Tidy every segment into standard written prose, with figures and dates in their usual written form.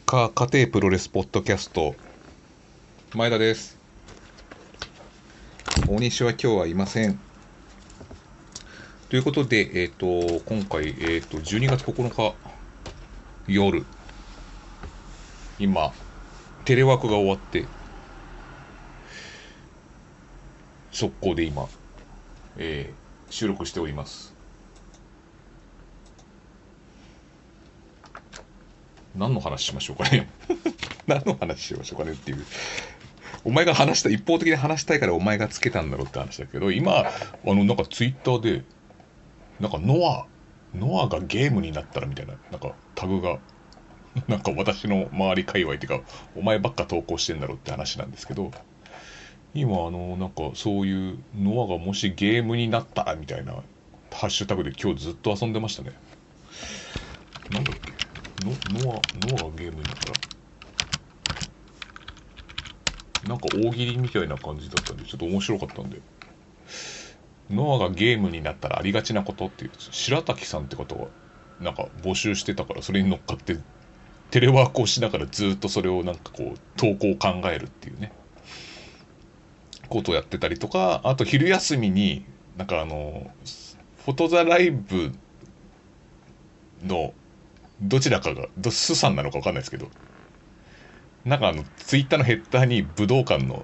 家庭プロレスポッドキャスト、前田です。大西は今日はいません。ということで、今回、12月9日夜、今、テレワークが終わって、速攻で今、収録しております。何の話しましょうかね何の話しましょうかねっていう。お前が一方的に話したいからお前がつけたんだろうって話だけど、今、なんかツイッターで、なんかノアがゲームになったらみたいな、なんかタグが、なんか私の周り界隈っていうか、お前ばっか投稿してんだろうって話なんですけど、今なんかそういうノアがもしゲームになったらみたいなハッシュタグで今日ずっと遊んでましたね。なんだっけ、ノアがゲームになったら、なんか大喜利みたいな感じだったんで、ちょっと面白かったんで、ノアがゲームになったらありがちなことっていう、白滝さんって方がなんか募集してたから、それに乗っかってテレワークをしながらずっとそれをなんかこう投稿を考えるっていうね、ことをやってたりとか、あと昼休みになんかフォトザライブのどちらかがスさんなのか分かんないですけど、なんかツイッターのヘッダーに武道館の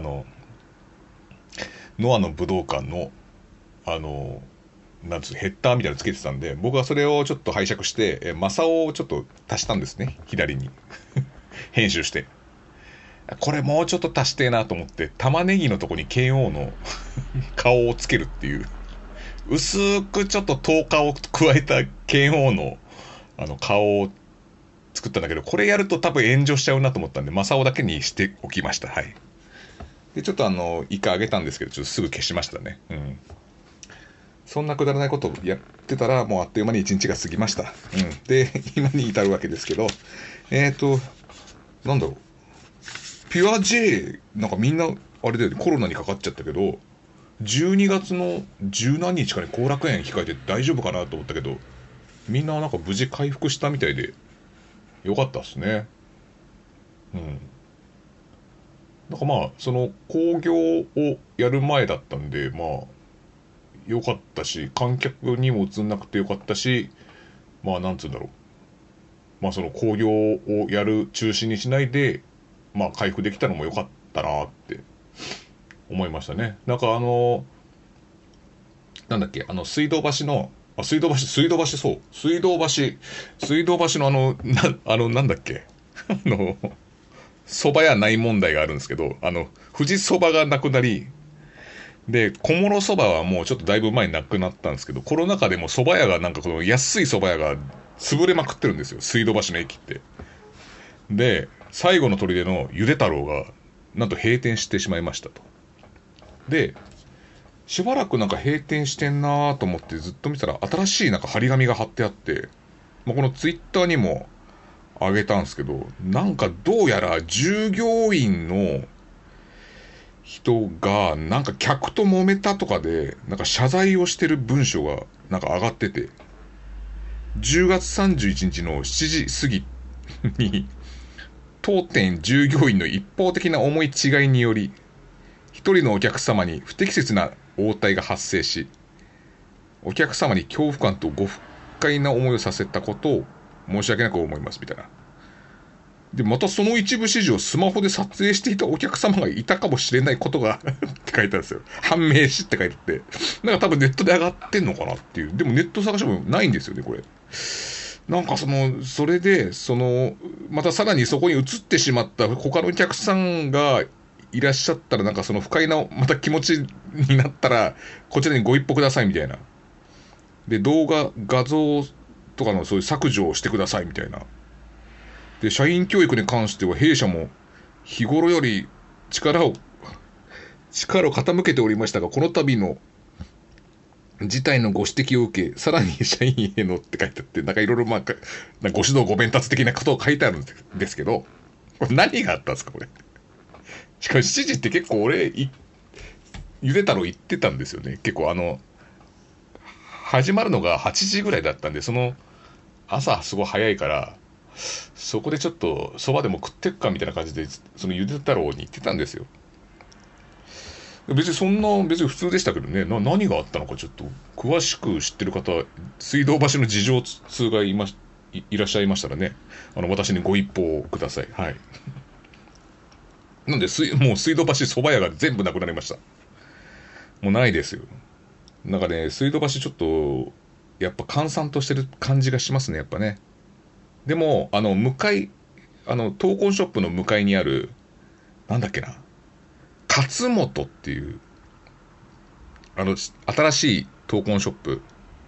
ノアの武道館のあのなんつうヘッダーみたいなのつけてたんで、僕はそれをちょっと拝借してマサオをちょっと足したんですね、左に編集して。これもうちょっと足してえなと思って、玉ねぎのとこに剣王の顔をつけるっていう、薄くちょっと10日を加えた剣王の顔を作ったんだけど、これやると多分炎上しちゃうなと思ったんで、マサオだけにしておきました。はい。でちょっと一回あげたんですけど、ちょっとすぐ消しましたね。うん。そんなくだらないことをやってたら、もうあっという間に一日が過ぎました。うん。で、今に至るわけですけど、なんだろう。ピュア J、なんかみんな、あれでコロナにかかっちゃったけど、12月の十何日かに後楽園控えて大丈夫かなと思ったけど、みんななんか無事回復したみたいで、よかったっすね。うん。なんかまあ、その興行をやる前だったんで、まあ、よかったし、観客にも映んなくてよかったし、まあ、なんつうんだろう。まあ、その興行をやる中止にしないで、まあ、回復できたのもよかったなって思いましたね。なんかなんだっけ、水道橋の、そう、水道橋のなんだっけ、蕎麦屋ない問題があるんですけど、富士蕎麦がなくなり、で、小諸そばはもうちょっとだいぶ前になくなったんですけど、コロナ禍でも蕎麦屋がなんかこの安い蕎麦屋が潰れまくってるんですよ、水道橋の駅って。で、最後の砦のゆで太郎が、なんと閉店してしまいましたと。で、しばらくなんか閉店してんなーと思ってずっと見たら、新しいなんか張り紙が貼ってあって、まあ、このツイッターにもあげたんですけど、なんかどうやら従業員の人がなんか客と揉めたとかでなんか謝罪をしてる文章がなんか上がってて、10月31日の7時過ぎに当店従業員の一方的な思い違いにより一人のお客様に不適切な応対が発生し、お客様に恐怖感とご不快な思いをさせたことを申し訳なく思いますみたいな。で、またその一部始終をスマホで撮影していたお客様がいたかもしれないことがって書いてあるんですよ。判明しって書いてあって。なんか多分ネットで上がってんのかなっていう。でもネット探してもないんですよね、これ。なんかそれで、またさらにそこに移ってしまった他のお客さんがいらっしゃったら、なんかその不快な、また気持ちになったら、こちらにご一報くださいみたいな。で、画像とかのそういう削除をしてくださいみたいな。で、社員教育に関しては弊社も日頃より力を傾けておりましたが、この度の事態のご指摘を受け、さらに社員へのって書いてあって、なんかいろいろまあ、ご指導ご鞭達的なことを書いてあるんですけど、これ何があったんですか、これ。しかも7時って結構ゆで太郎言ってたんですよね。結構始まるのが8時ぐらいだったんで、朝すごい早いから、 そこでちょっとそばでも食ってっかみたいな感じで、そのゆで太郎に言ってたんですよ。別にそんな、別に普通でしたけどね、何があったのかちょっと、詳しく知ってる方、水道橋の事情通がいらっしゃいましたらね、私にご一報ください。はい。なんで、もう水道橋蕎麦屋が全部なくなりました。もうないですよ。なんかね、水道橋ちょっと、やっぱ閑散としてる感じがしますね、やっぱね。でも、闘魂ショップの向かいにある、なんだっけな、勝本っていう、新しい闘魂ショップ。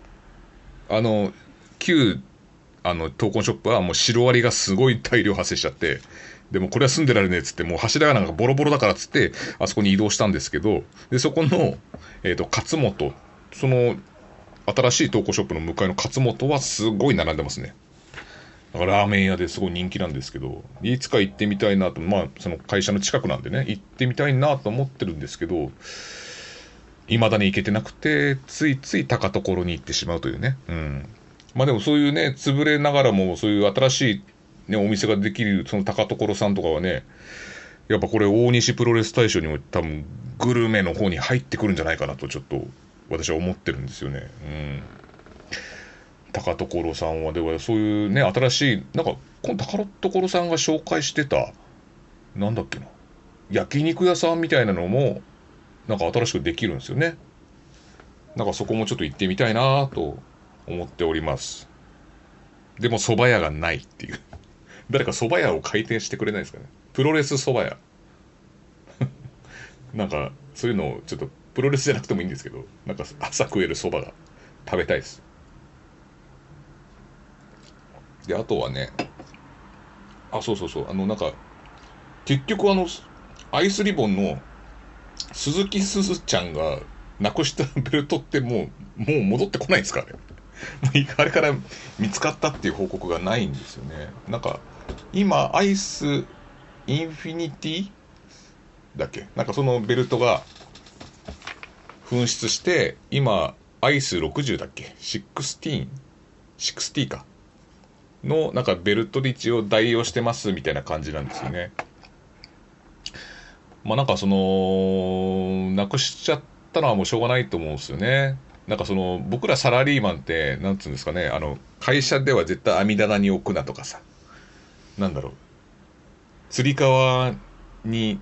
旧、闘魂ショップはもうシロアリがすごい大量発生しちゃって、でもこれは住んでられねえっつって、もう柱がなんかボロボロだからっつって、あそこに移動したんですけど、で、そこの、勝本、その、新しい闘魂ショップの向かいの勝本はすごい並んでますね。だからラーメン屋ですごい人気なんですけど、いつか行ってみたいなと、まあ、その会社の近くなんでね、行ってみたいなと思ってるんですけど、未だに行けてなくて、ついつい高所に行ってしまうというね。うん。まあでもそういうね、潰れながらも、そういう新しい、ね、お店ができる、その高所さんとかはね、やっぱこれ大西プロレス大賞にも多分、グルメの方に入ってくるんじゃないかなと、ちょっと、私は思ってるんですよね。うん。高所さんは、ではそういうね、新しい、なんか、この高所さんが紹介してた、なんだっけな、焼肉屋さんみたいなのも、なんか新しくできるんですよね。なんかそこもちょっと行ってみたいなと思っております。でも蕎麦屋がないっていう。誰か蕎麦屋を開店してくれないですかね。プロレス蕎麦屋。なんか、そういうのをちょっと、プロレスじゃなくてもいいんですけど、なんか朝食える蕎麦が食べたいです。で、あとはね、そうそうそう、なんか、結局アイスリボンの鈴木すずちゃんがなくしたベルトってもう戻ってこないんですかね。あれから見つかったっていう報告がないんですよね。なんか、今、アイスインフィニティだっけ、なんかそのベルトが紛失して、今、アイス60だっけ ?16 か。の、なんかベルトで一応代用してますみたいな感じなんですよね。まあなんかなくしちゃったのはもうしょうがないと思うんですよね。なんか僕らサラリーマンって、なんつうんですかね、会社では絶対網棚に置くなとかさ、なんだろう、釣り革に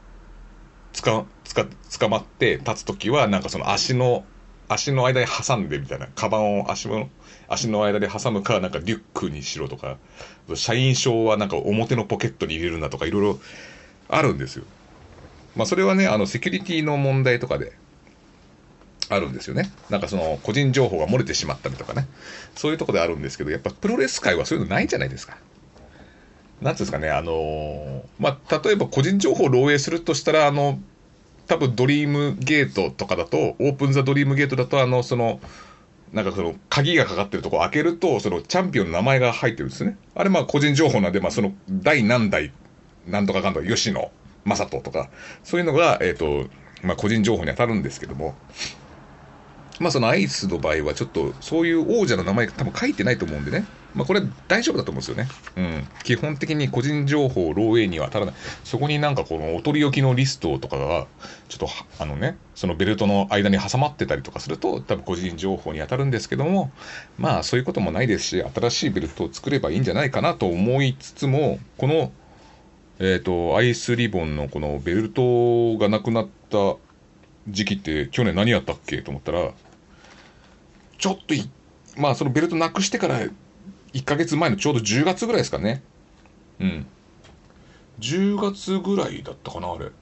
捕まって立つときは、なんか足の間に挟んでみたいな、カバンを足の間で挟むか、なんかリュックにしろとか、社員証はなんか表のポケットに入れるなとか、いろいろあるんですよ。まあそれはね、セキュリティの問題とかであるんですよね。なんか個人情報が漏れてしまったりとかね。そういうとこであるんですけど、やっぱプロレス界はそういうのないじゃないですか。なんつうんですかね、まあ、例えば個人情報を漏洩するとしたら、多分ドリームゲートとかだと、オープンザドリームゲートだと、なんか鍵がかかってるとこを開けると、チャンピオンの名前が入ってるんですね。あれまあ個人情報なんで、まあ第何代、なんとかかんとか、吉野、正人とか、そういうのが、まあ個人情報に当たるんですけども、まあそのアイスの場合はちょっとそういう王者の名前が多分書いてないと思うんでね。まあこれは大丈夫だと思うんですよね。うん。基本的に個人情報漏洩には当たらない。そこになんかこのお取り置きのリストとかが、ちょっとそのベルトの間に挟まってたりとかすると多分個人情報に当たるんですけども、まあそういうこともないですし、新しいベルトを作ればいいんじゃないかなと思いつつも、この、アイスリボンのこのベルトがなくなった時期って去年何やったっけと思ったら、ちょっとまあそのベルトなくしてから1ヶ月前のちょうど10月ぐらいですかね。うん。10月ぐらいだったかな、あれ。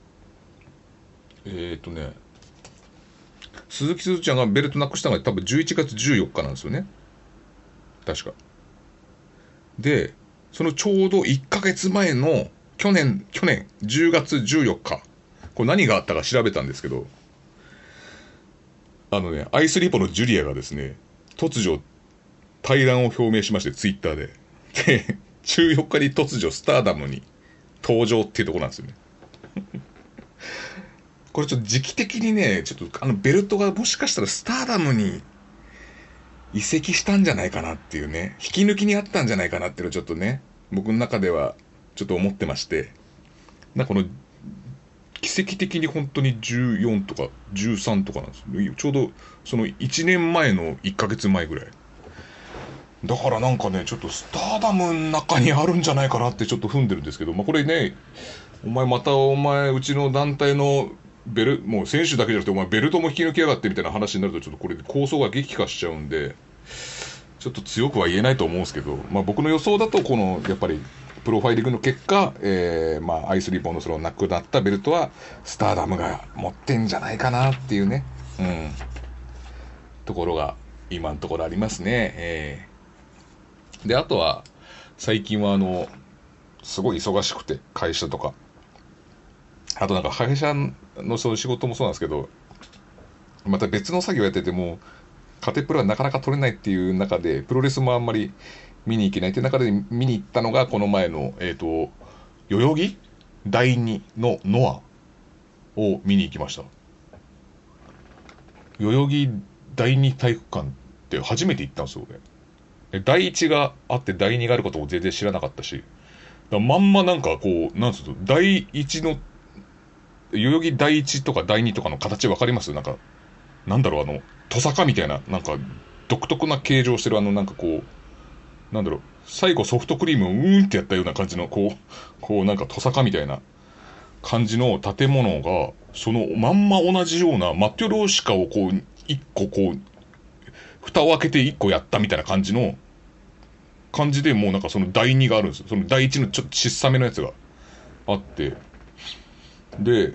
ね、鈴木すずちゃんがベルトなくしたのが多分11月14日なんですよね。確か。で、そのちょうど1ヶ月前の去年10月14日。これ何があったか調べたんですけど、アイスリポのジュリアがですね、突如退団を表明しまして、ツイッターで。で、14日に突如スターダムに登場っていうところなんですよね。これちょっと時期的にね、ちょっとベルトがもしかしたらスターダムに移籍したんじゃないかなっていうね、引き抜きにあったんじゃないかなっていうのをちょっとね、 僕の中ではちょっと思ってまして、この奇跡的に本当に14とか13とかなんですよ。ちょうどその1年前の1ヶ月前ぐらい。だからなんかね、ちょっとスターダムの中にあるんじゃないかなってちょっと踏んでるんですけど、まあこれね、お前うちの団体のもう選手だけじゃなくてお前ベルトも引き抜きやがってみたいな話になるとちょっとこれ構想が激化しちゃうんで、ちょっと強くは言えないと思うんですけど、まあ僕の予想だとこの、やっぱり、プロファイリングの結果、まあ、アイスリボンのそのなくなったベルトは、スターダムが持ってんじゃないかなっていうね、ところが、今のところありますね。で、あとは、最近はすごい忙しくて、会社とか。あとなんか会社のそういう仕事もそうなんですけど、また別の作業やってても、カテプロはなかなか取れないっていう中で、プロレスもあんまり見に行けないっていう中で見に行ったのが、この前の、代々木第二のノアを見に行きました。代々木第二体育館って初めて行ったんですよ、俺。第一があって第二があることも全然知らなかったし、まんまなんかこう、なんつうの、第一の、代々木第一とか第二とかの形わかります？なんか、なんだろう、トサカみたいな、なんか、独特な形状してるなんかこう、なんだろう、最後ソフトクリームをってやったような感じの、こうなんかトサカみたいな感じの建物が、そのまんま同じようなマテローシカをこう、一個こう、蓋を開けて一個やったみたいな感じでもうなんかその第二があるんですよ。その第一のちょっと小さめのやつがあって、で、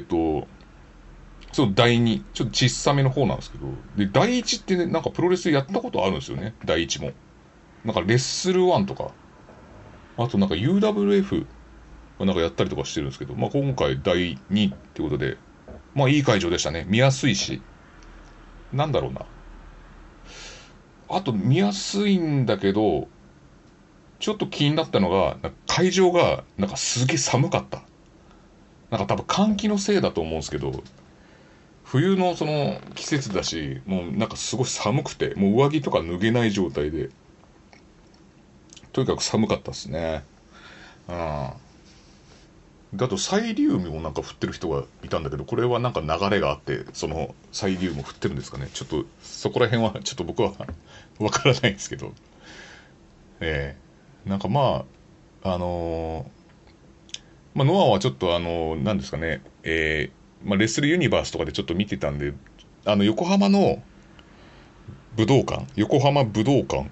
その第二、ちょっと小さめの方なんですけど、で、第一ってね、なんかプロレスやったことあるんですよね、第一も。なんかレッスル1とか、あとなんか UWF なんかやったりとかしてるんですけど、まあ今回第2ってことで、まあいい会場でしたね。見やすいし、なんだろうな。あと見やすいんだけど、ちょっと気になったのが、会場がなんかすげえ寒かった。なんか多分換気のせいだと思うんですけど、冬のその季節だし、もうなんかすごい寒くて、もう上着とか脱げない状態で、とにかく寒かったですね。うん。だとサイリウムもなんか振ってる人がいたんだけど、これはなんか流れがあって、そのサイリウムを振ってるんですかね。ちょっとそこら辺はちょっと僕はわからないんですけど、なんかまあ、まあノアはちょっとなんですかね、まあレッスルユニバースとかでちょっと見てたんで、横浜の横浜武道館、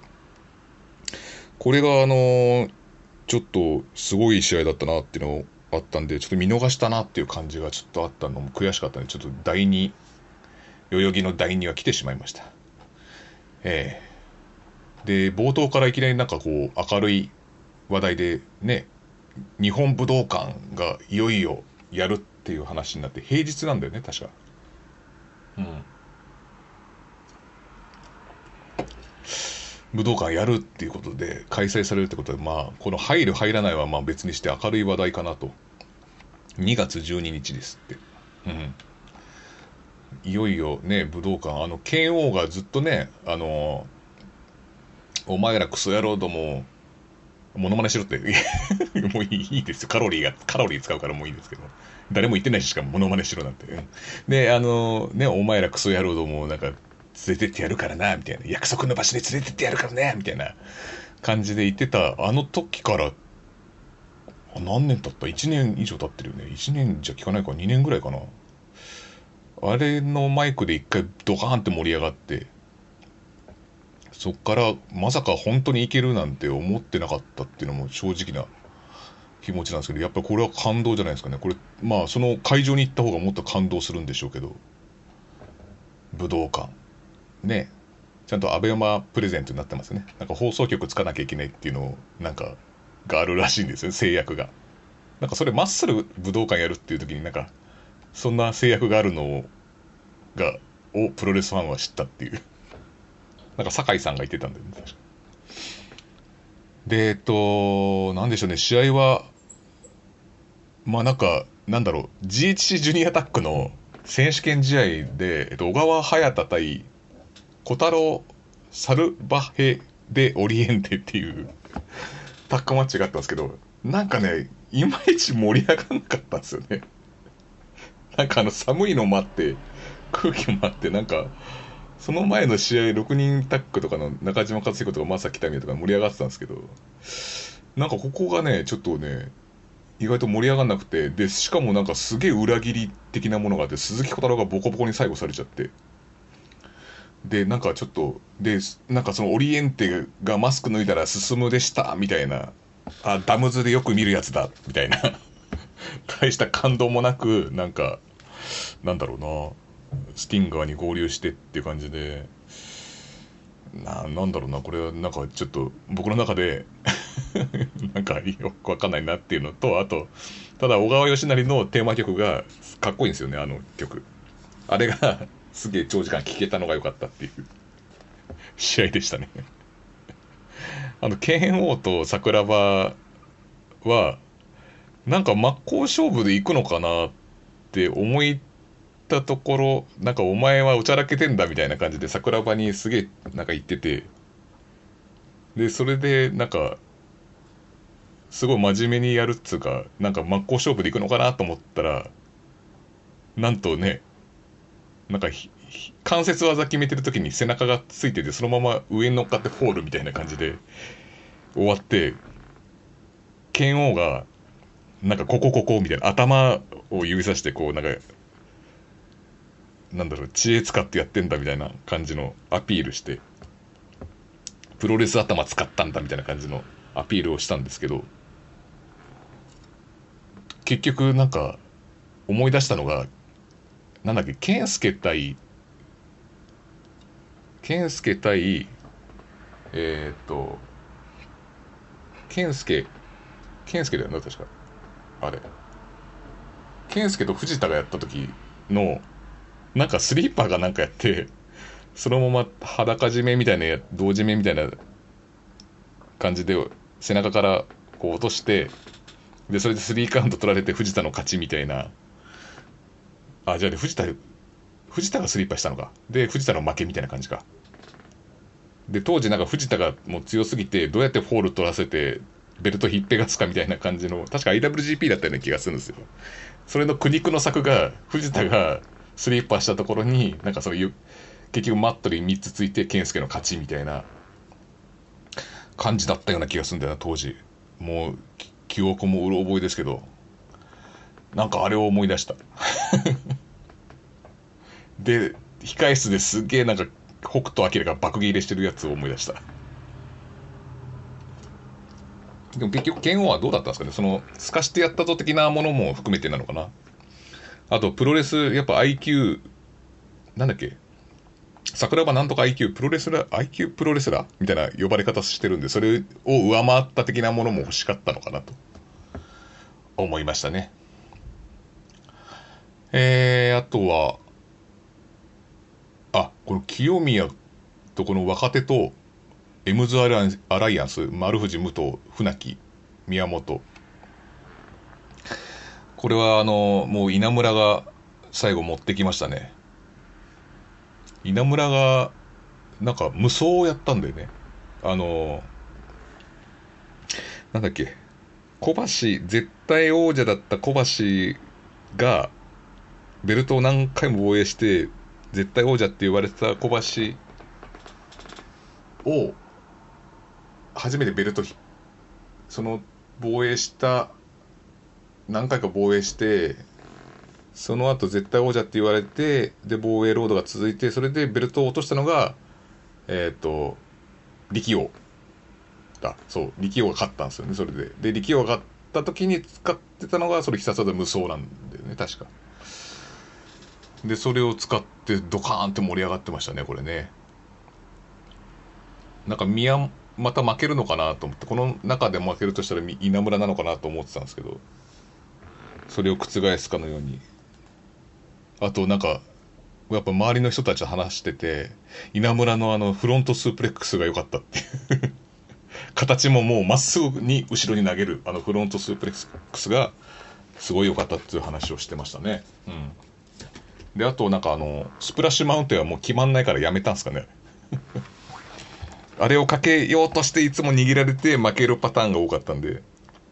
これがちょっとすごい試合だったなっていうのあったんで、ちょっと見逃したなっていう感じがちょっとあったのも悔しかったんで、ちょっと代々木の第二は来てしまいました。えで、冒頭からいきなりなんかこう、明るい話題でね、日本武道館がいよいよやるっていう話になって、平日なんだよね、確か。うん。武道館やるっていうことで、開催されるってことで、まあ、この入る入らないはまあ別にして明るい話題かなと。2月12日ですって。うん。いよいよね、武道館、剣王がずっとね、お前らクソ野郎ども、モノマネしろってもういいですよ。カロリー使うからもういいですけど。誰も言ってないし、しかもモノマネしろなんて。で、ね、お前らクソ野郎ども、なんか、連れてってやるからな、みたいな。約束の場所で連れてってやるからね、みたいな感じで言ってた、あの時から、何年経った？ 1 年以上経ってるよね。1年じゃ聞かないか、2年ぐらいかな。あれのマイクで一回ドカーンって盛り上がって、そっからまさか本当にいけるなんて思ってなかったっていうのも正直な気持ちなんですけど、やっぱりこれは感動じゃないですかね。これ、まあその会場に行った方がもっと感動するんでしょうけど、武道館。ね。ちゃんとアベマプレゼントになってますね。なんか放送局つかなきゃいけないっていうのを、なんか、があるらしいんですよ、制約が。なんかそれマッスル武道館やるっていう時になんか、そんな制約があるのが、プロレスファンは知ったっていう。なんか酒井さんが言ってたんだよね、確か。で、なんでしょうね、試合は、まあなんか、なんだろう、GHC ジュニアタックの選手権試合で、小川隼人対小太郎サルバヘ・でオリエンテっていうタッグマッチがあったんですけど、なんかね、いまいち盛り上がんなかったんですよね。なんか寒いのもあって、空気もあって、なんか、その前の試合6人タッグとかの中島克彦とか正木民也とか盛り上がってたんですけど、なんかここがね、ちょっとね、意外と盛り上がんなくて、で、しかもなんかすげえ裏切り的なものがあって、鈴木小太郎がボコボコに最後されちゃって、で、なんかちょっと、で、なんかそのオリエンテがマスク脱いだら進むでした、みたいな、あ、ダムズでよく見るやつだ、みたいな、大した感動もなく、なんか、なんだろうな、スティンガーに合流してっていう感じで、なんだろうな、これはなんかちょっと僕の中でなんかよくわかんないなっていうのと、あと、ただ小川義成のテーマ曲がかっこいいんですよね、あの曲。あれがすげえ長時間聴けたのが良かったっていう試合でしたね。剣王と桜庭は、なんか真っ向勝負で行くのかなって思ったところ、なんかお前はおちゃらけてんだみたいな感じで桜庭にすげえなんか言ってて、で、それでなんか、すごい真面目にやるっつうか、なんか真っ向勝負でいくのかなと思ったら、なんとね、なんか関節技決めてる時に背中がついてて、そのまま上に乗っかってフォールみたいな感じで終わって、剣王が、なんかここみたいな頭を指さしてこう、なんか、なんだろう、知恵使ってやってんだみたいな感じのアピールして、プロレス頭使ったんだみたいな感じのアピールをしたんですけど、結局なんか思い出したのが、なんだっけ、健介対、えーっと、健介、健介だよな、確か。あれ。健介と藤田がやった時の、なんかスリーパーがなんかやって、そのまま裸締めみたいな、同締めみたいな感じで、背中からこう落として、で、それでスリーカウント取られて藤田の勝ちみたいな。あ、じゃあね、藤田がスリーパーしたのか。で、藤田の負けみたいな感じか。で、当時なんか藤田がもう強すぎて、どうやってフォール取らせて、ベルトひっぺがつかみたいな感じの、確か IWGP だったような気がするんですよ。それの苦肉の策が、藤田がスリーパーしたところに、なんかそういう、結局マットに3つついて、健介の勝ちみたいな感じだったような気がするんだよな、当時。もう、記憶もうろ覚えですけど、なんかあれを思い出した。で、控え室ですげえなんか、北斗晶が爆切れしてるやつを思い出した。でも結局、剣王はどうだったんですかね、その、透かしてやったぞ的なものも含めてなのかな。あと、プロレス、やっぱ IQ、なんだっけ、桜庭なんとか IQ プロレスラー、IQ プロレスラーみたいな呼ばれ方してるんで、それを上回った的なものも欲しかったのかなと思いましたね。あとは、この清宮とこの若手と、エムズアライアンス、丸藤、武藤、船木、宮本。これはもう稲村が最後持ってきましたね。稲村が、なんか無双をやったんだよね。あの、なんだっけ、小橋、絶対王者だった小橋が、ベルトを何回も防衛して、絶対王者って言われてた小橋を、初めてベルト、その防衛した、何回か防衛して、その後絶対王者って言われて、で、防衛ロードが続いて、それでベルトを落としたのが、力王だ。そう、力王が勝ったんですよね、それで。で、力王が勝った時に使ってたのが、それ必殺技無双なんだよね、確か。で、それを使ってドカーンって盛り上がってましたね、これね。なんかまた負けるのかなと思って、この中で負けるとしたら稲村なのかなと思ってたんですけど、それを覆すかのように。あとなんか、やっぱ周りの人たちと話してて、稲村のフロントスープレックスが良かったっていう形ももうまっすぐに後ろに投げるフロントスープレックスがすごい良かったっていう話をしてましたね。うん。で、あとなんかスプラッシュマウンテンはもう決まんないからやめたんすかね。 あれをかけようとしていつも握られて負けるパターンが多かったんで、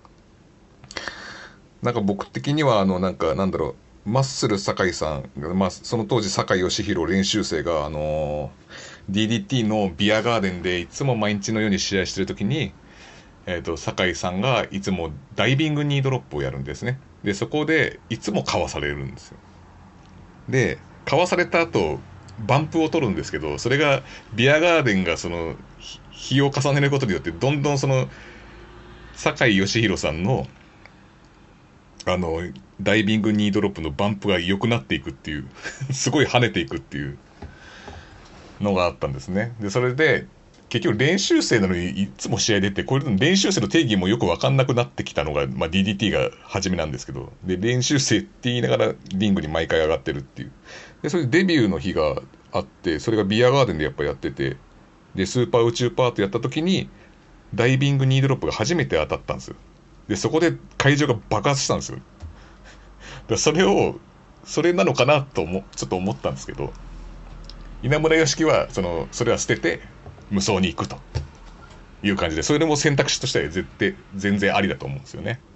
なんか僕的にはなんかなんだろう、マッスル酒井さん、まあその当時酒井義弘練習生がDDT のビアガーデンでいつも毎日のように試合してる時に、酒井さんがいつもダイビングニードロップをやるんですね。でそこでいつもかわされるんですよ。でかわされた後バンプを取るんですけど、それがビアガーデンがその日を重ねることによってどんどんその酒井義弘さんのあのダイビングニードロップのバンプが良くなっていくっていうすごい跳ねていくっていうのがあったんですね。でそれで結局練習生なのにいつも試合出て、これ練習生の定義もよく分かんなくなってきたのが、まあ、DDT が初めなんですけど、で練習生って言いながらリングに毎回上がってるっていう。でそれでデビューの日があって、それがビアガーデンでやっぱやってて、でスーパー宇宙パートやった時にダイビングニードロップが初めて当たったんですよ。でそこで会場が爆発したんですよ。でそれなのかなとちょっと思ったんですけど、稲村良樹はそれは捨てて無双に行くという感じで、それでも選択肢としては絶対全然ありだと思うんですよね。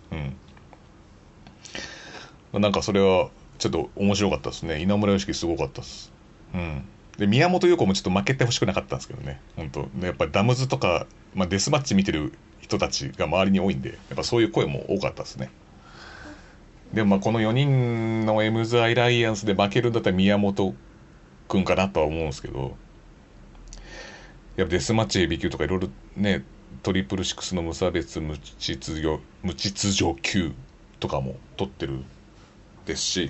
なんかそれはちょっと面白かったですね。稲村良樹すごかったです。で宮本優子もちょっと負けてほしくなかったんですけどね、本当やっぱりダムズとか、まあ、デスマッチ見てる人たちが周りに多いんで、やっぱそういう声も多かったですね。でもまあこの4人のエムズアイライアンスで負けるんだったら宮本くんかなとは思うんですけど、やっぱデスマッチ AB 級とかいろいろね、トリプルシックスの無差別無秩序級とかも取ってるですし、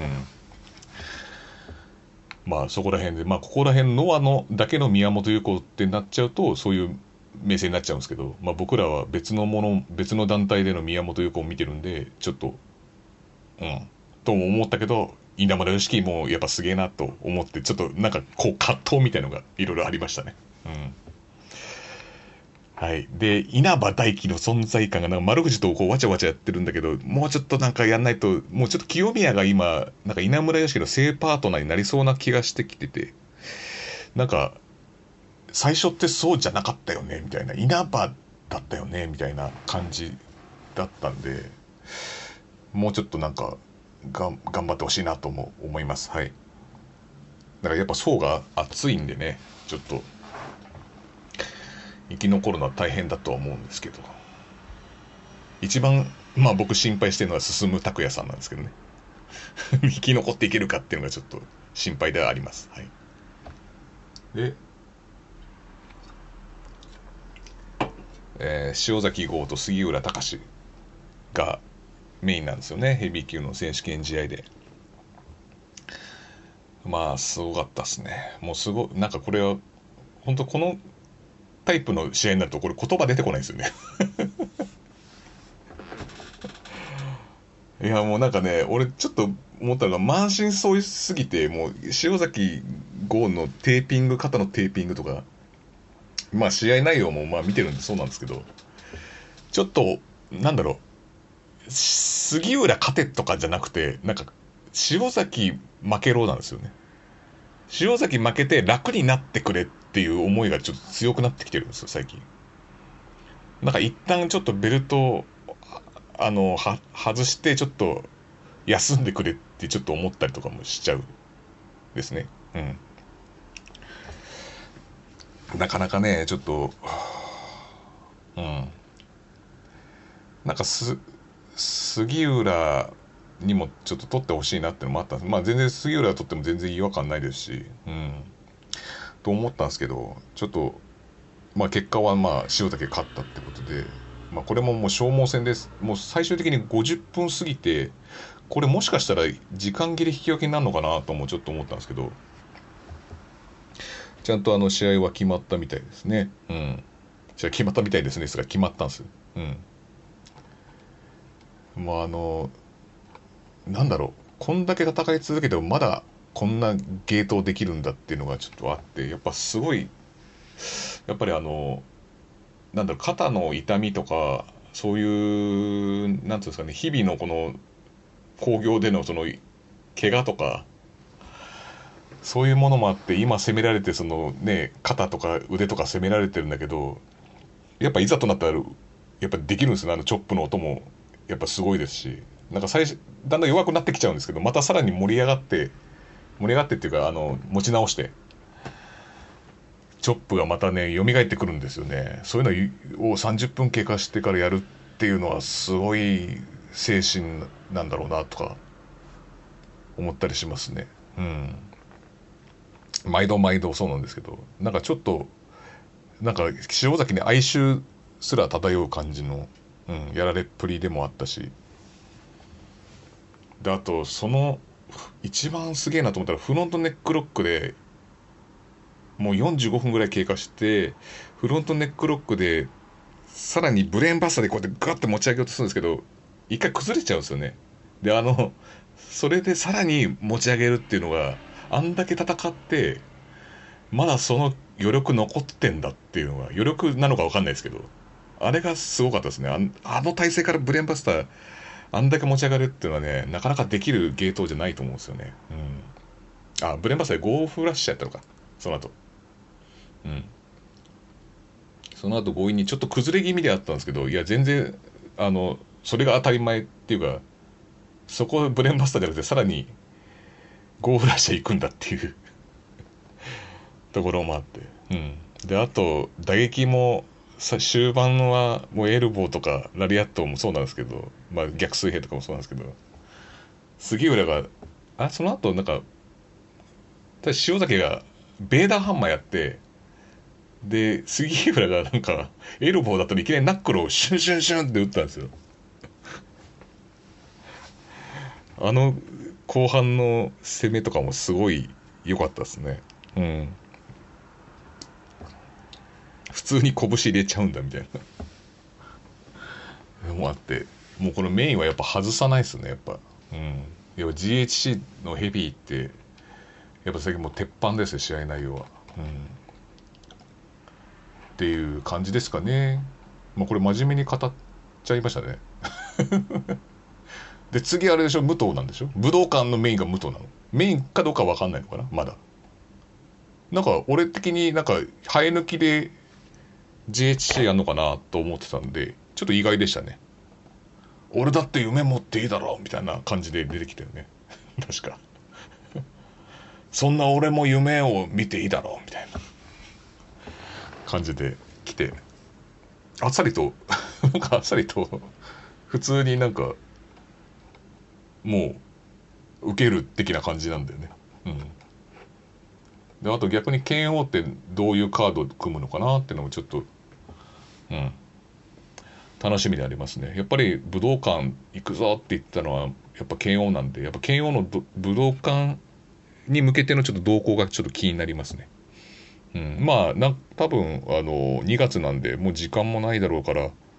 まあそこら辺で、まあここら辺ノアのだけの宮本優子ってなっちゃうとそういう名声になっちゃうんですけど、まあ僕らは別の団体での宮本優子を見てるんで、ちょっととも思ったけど、稲村良樹もやっぱすげえなと思って、ちょっとなんかこう葛藤みたいのがいろいろありましたね。はい。で、稲葉大輝の存在感がなんか丸藤とこうわちゃわちゃやってるんだけど、もうちょっとなんかやんないと、もうちょっと清宮が今、なんか稲村良樹の正パートナーになりそうな気がしてきてて、なんか、最初ってそうじゃなかったよね、みたいな、稲葉だったよね、みたいな感じだったんで、もうちょっとなんか、頑張ってほしいなとも思います。はい。だからやっぱ層が厚いんでね、ちょっと、生き残るのは大変だとは思うんですけど、一番まあ僕心配してるのは進拓也さんなんですけどね生き残っていけるかっていうのがちょっと心配ではあります。はい。で、塩崎豪と杉浦隆がメインなんですよね、ヘビー級の選手権試合で。まあすごかったですね。もうすごなんかこれは本当このタイプの試合になるとこれ言葉出てこないですよねいやもうなんかね、俺ちょっと思ったのが満身創痍すぎて、もう塩崎豪のテーピング、肩のテーピングとか、まあ試合内容もまあ見てるんでそうなんですけど、ちょっとなんだろう、杉浦勝てとかじゃなくて、なんか塩崎負けろなんですよね。塩崎負けて楽になってくれっていう思いがちょっと強くなってきてるんですよ最近。なんか一旦ちょっとベルト外してちょっと休んでくれってちょっと思ったりとかもしちゃうですね。なかなかね、ちょっと、なんか杉浦にもちょっと取ってほしいなってのもあったんです。まあ全然杉浦取っても全然違和感ないですし、と思ったんですけど、ちょっと、まあ結果はまあ塩崎勝ったってことで、まあこれももう消耗戦です。もう最終的に50分過ぎて、これもしかしたら時間切れ引き分けになるのかなともちょっと思ったんですけど、ちゃんと試合は決まったみたいですね。試合決まったみたいですね。ですが決まったんです。まあなんだろう。こんだけ戦い続けてもまだこんなゲートできるんだっていうのがちょっとあって、やっぱすごい、やっぱりなんだろう、肩の痛みとか、そういう、なんていうんですかね、日々のこの興行での怪我とか、 そういうものもあって今攻められてそのね肩とか腕とか攻められてるんだけど、やっぱいざとなったらやっぱできるんですよね。チョップの音もやっぱすごいですし、なんか最初だんだん弱くなってきちゃうんですけど、またさらに盛り上がってっていうか持ち直してチョップがまたね蘇ってくるんですよね。そういうのを30分経過してからやるっていうのはすごい精神なんだろうなとか思ったりしますね。うん。毎度毎度そうなんですけど、なんかちょっとなんか塩崎に哀愁すら漂う感じの、やられっぷりでもあったし、であとその一番すげえなと思ったらフロントネックロックでもう45分ぐらい経過して、フロントネックロックでさらにブレーンバスターでこうやってガッて持ち上げようとするんですけど、一回崩れちゃうんですよね。でそれでさらに持ち上げるっていうのが、あんだけ戦ってまだその余力残ってんだっていうのが、余力なのか分かんないですけど、あれがすごかったですね。あの体勢からブレーンバスターあんだけ持ち上がるっていうのはね、なかなかできるゲートじゃないと思うんですよね。ブレーンバスターで5フラッシュやったのか、その後。うんその後強引にちょっと崩れ気味であったんですけど、いや全然それが当たり前っていうか、そこブレーンバスターじゃなくてさらに5フラッシュ行くんだっていうところもあって、であと打撃も終盤はもうエルボーとかラリアットもそうなんですけど、まあ逆水平とかもそうなんですけど、杉浦がその後なんか塩崎がベーダーハンマーやって、で杉浦がなんかエルボーだったらいきなりナックルをシュンシュンシュンって打ったんですよ。あの後半の攻めとかもすごい良かったですね。普通に拳入れちゃうんだみたいなのもあって、もうこのメインはやっぱ外さないですね、やっぱ。要は GHC のヘビーってやっぱ最近もう鉄板ですよ、試合内容は。っていう感じですかね。まあこれ真面目に語っちゃいましたね。で次あれでしょ、武藤なんでしょ。武道館のメインが武藤なの。メインかどうかわかんないのかな、まだ。なんか俺的になんか生え抜きで GHC やんのかなと思ってたんで、ちょっと意外でしたね。俺だって夢持っていいだろみたいな感じで出てきたよね。確か。そんな俺も夢を見ていいだろみたいな感じで来て、あっさりとなんかあっさりと普通になんかもう受ける的な感じなんだよね。であと逆に剣王ってどういうカードを組むのかなっていうのもちょっと楽しみでありますね。やっぱり武道館行くぞって言ったのはやっぱ剣王なんで、やっぱ剣王の武道館に向けてのちょっと動向がちょっと気になりますね。まあ多分2月なんでもう時間もないだろうから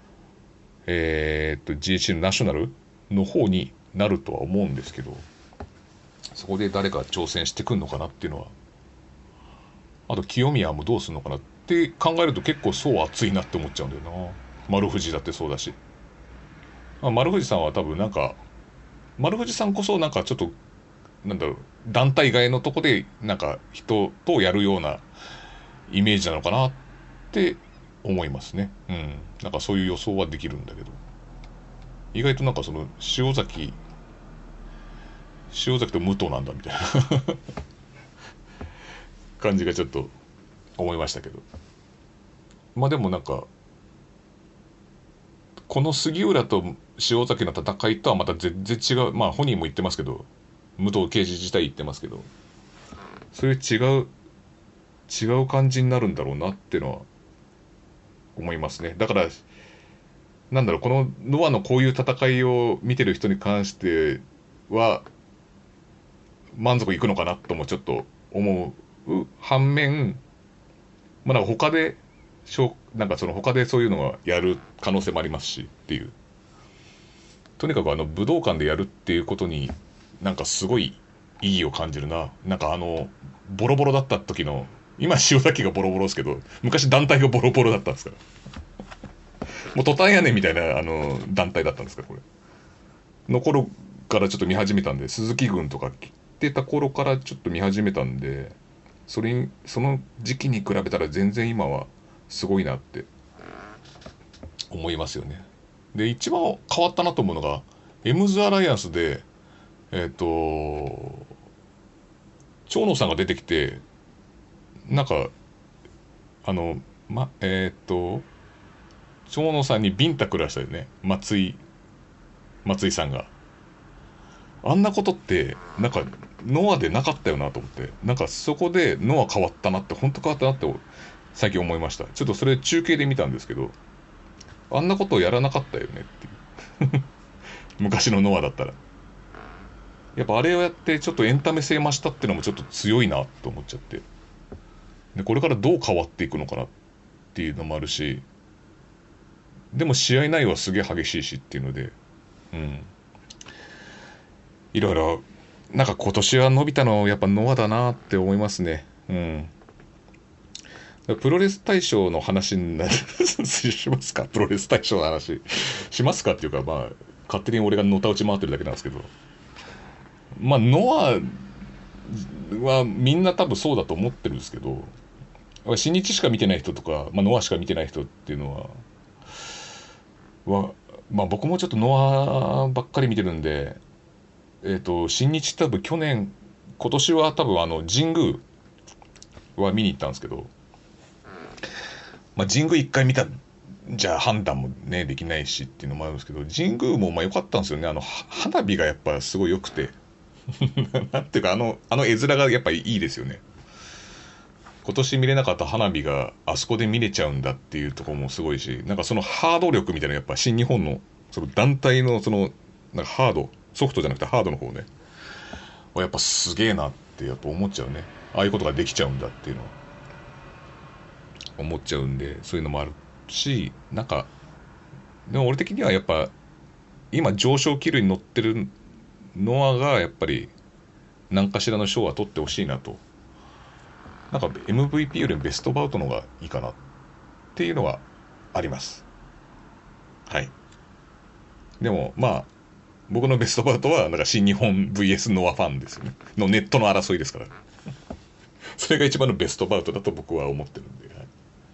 、GHC のナショナルの方になるとは思うんですけど、そこで誰か挑戦してくんのかなっていうのは、あと清宮もどうするのかなって考えると結構そう熱いなって思っちゃうんだよな。丸藤だってそうだし、丸藤さんは多分なんか、丸藤さんこそなんかちょっとなんだろう、団体外のとこでなんか人とやるようなイメージなのかなって思いますね。なんかそういう予想はできるんだけど、意外となんかその塩崎と武藤なんだみたいな感じがちょっと思いましたけど、まあでもなんかこの杉浦と塩崎の戦いとはまた全然違う、まあ本人も言ってますけど、武藤敬司自体言ってますけど、そういう違う感じになるんだろうなっていうのは思いますね。だからなんだろう、このノアのこういう戦いを見てる人に関しては満足いくのかなともちょっと思う反面、まあなんかなんかその他でそういうのがやる可能性もありますしっていう、とにかく武道館でやるっていうことになんかすごい意義を感じるな。なんかボロボロだった時の、今塩崎がボロボロですけど昔団体がボロボロだったんですから、もうトタン屋根みたいな団体だったんですから、これの頃からちょっと見始めたんで、鈴木軍とかてた頃からちょっと見始めたんで、その時期に比べたら全然今はすごいなって思いますよね。で、一番変わったなと思うのが、エムズアライアンスで、長野さんが出てきて、なんか、あの、ま、長野さんにビンタくらしたよね。松井さんが。あんなことって、なんか、ノアでなかったよなと思って、なんかそこでノア変わったなって、本当変わったなって最近思いました。ちょっとそれ中継で見たんですけど、あんなことをやらなかったよねっていう。昔のノアだったら。やっぱあれをやってちょっとエンタメ性増したっていうのもちょっと強いなと思っちゃって。で、これからどう変わっていくのかなっていうのもあるし、でも試合内容はすげえ激しいしっていうので、うん。いろいろ、なんか今年は伸びたのやっぱノアだなって思いますね。うん。プロレス大賞の話になるしますか？プロレス大賞の話しますかっていうか、まあ勝手に俺がのたうち回ってるだけなんですけど、まあノアはみんな多分そうだと思ってるんですけど、新日しか見てない人とか、まあ、ノアしか見てない人っていうのは、まあ僕もちょっとノアばっかり見てるんで、新日多分今年は多分神宮は見に行ったんですけど、まあ神宮一回見たじゃあ判断もねできないしっていうのもあるんですけど、神宮もまあ良かったんですよね。花火がやっぱすごい良くてなんていうかあの絵面がやっぱいいですよね。今年見れなかった花火があそこで見れちゃうんだっていうところもすごいし、なんかそのハード力みたいな、やっぱ新日本のその団体のそのなんかソフトじゃなくてハードの方ね、やっぱすげえなってやっぱ思っちゃうね。ああいうことができちゃうんだっていうのは思っちゃうんで、そういうのもあるし、なんかでも俺的にはやっぱ今上昇気流に乗ってるノアがやっぱり何かしらの賞は取ってほしいなと。なんか MVP よりベストバウトの方がいいかなっていうのはあります。はい。でもまあ僕のベストバウトはなんか新日本 VS ノアファンですよね。のネットの争いですから。それが一番のベストバウトだと僕は思ってるんで。はい、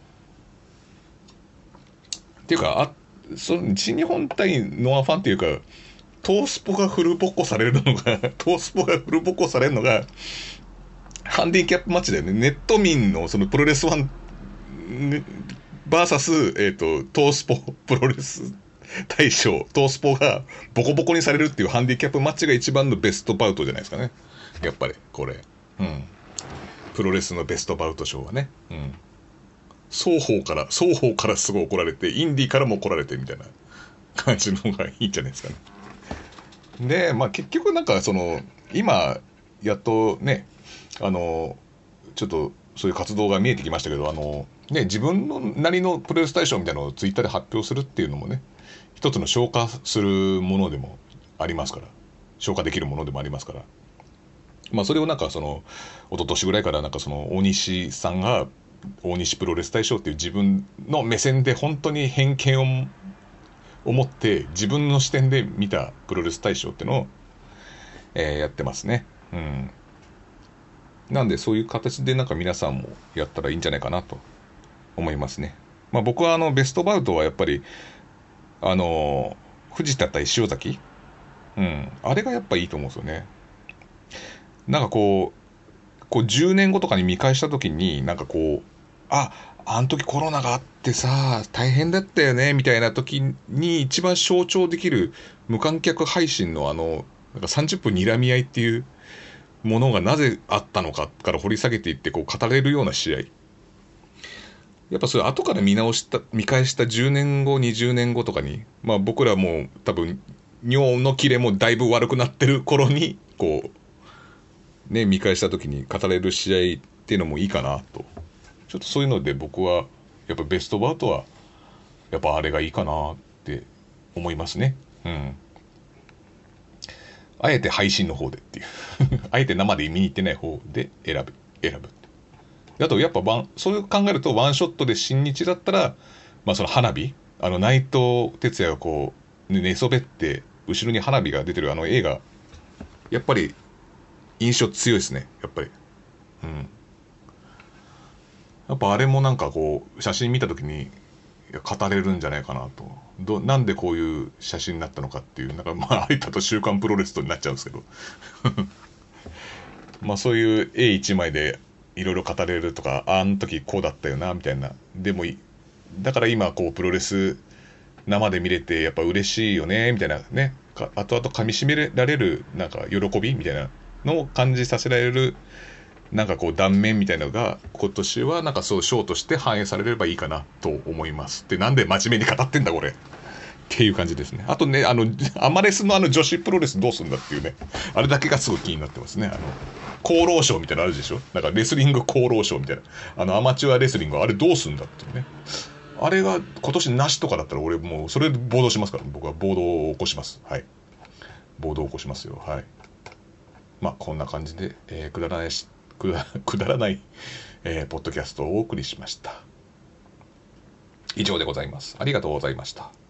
っていうかその新日本対ノアファンっていうか、トースポがフルボッコされるのがトースポがフルボッコされるのがハンディキャップマッチだよね。ネット民のそのプロレスファンバーサス、トースポプロレス大賞トースポがボコボコにされるっていうハンディキャップマッチが一番のベストバウトじゃないですかね。やっぱりこれ、うん、プロレスのベストバウト賞はね、うん、双方からすごい怒られて、インディーからも怒られてみたいな感じの方がいいんじゃないですかね。で、まあ結局なんかその今やっとね、ちょっとそういう活動が見えてきましたけど、ね、自分のなりのプロレス大賞みたいなのをツイッターで発表するっていうのもね、一つの消化するものでもありますから、消化できるものでもありますから、まあそれをなんか一昨年ぐらいからなんか大西さんが大西プロレス大賞っていう自分の目線で本当に偏見を持って自分の視点で見たプロレス大賞っていうのを、やってますね。うん。なんでそういう形でなんか皆さんもやったらいいんじゃないかなと思いますね。まあ僕はベストバウトはやっぱり藤田対塩崎、うん、あれがやっぱいいと思うんですよね。なんかこう10年後とかに見返した時になんかあの時コロナがあってさ大変だったよねみたいな時に一番象徴できる無観客配信のなんか30分睨み合いっていうものがなぜあったのかから掘り下げていって語れるような試合、やっぱそれ後から見返した10年後20年後とかに、まあ僕らも多分尿の切れもだいぶ悪くなってる頃にね見返した時に語れる試合っていうのもいいかなと、ちょっとそういうので僕はやっぱベストバウトはやっぱあれがいいかなって思いますね。うん。あえて配信の方でっていうあえて生で見に行ってない方で選ぶ。あとやっぱそう考えるとワンショットで新日だったら、まあその花火、内藤哲也が寝そべって後ろに花火が出てる映画、やっぱり印象強いですね、やっぱり。うん。やっぱあれもなんかこう、写真見た時に、いや語れるんじゃないかなと。なんでこういう写真になったのかっていう、なんかまあ、あいたと週刊プロレスとになっちゃうんですけど。まあそういう絵一枚でいろいろ語れるとか、あん時こうだったよな、みたいな。でもだから今こうプロレス生で見れてやっぱ嬉しいよね、みたいなね。後々噛み締められるなんか喜びみたいなのを感じさせられるなんかこう断面みたいなのが今年はなんかそうショーとして反映されればいいかなと思います。で、なんで真面目に語ってんだこれ。っていう感じですね。あとね、アマレスの女子プロレスどうすんだっていうね。あれだけがすごい気になってますね。厚労省みたいなのあるでしょ、なんかレスリング厚労省みたいな。アマチュアレスリングあれどうすんだっていうね。あれが今年なしとかだったら俺もうそれで暴動しますから、僕は暴動を起こします。はい。暴動を起こしますよ。はい。まあこんな感じで、くだらない、ポッドキャストをお送りしました。以上でございます。ありがとうございました。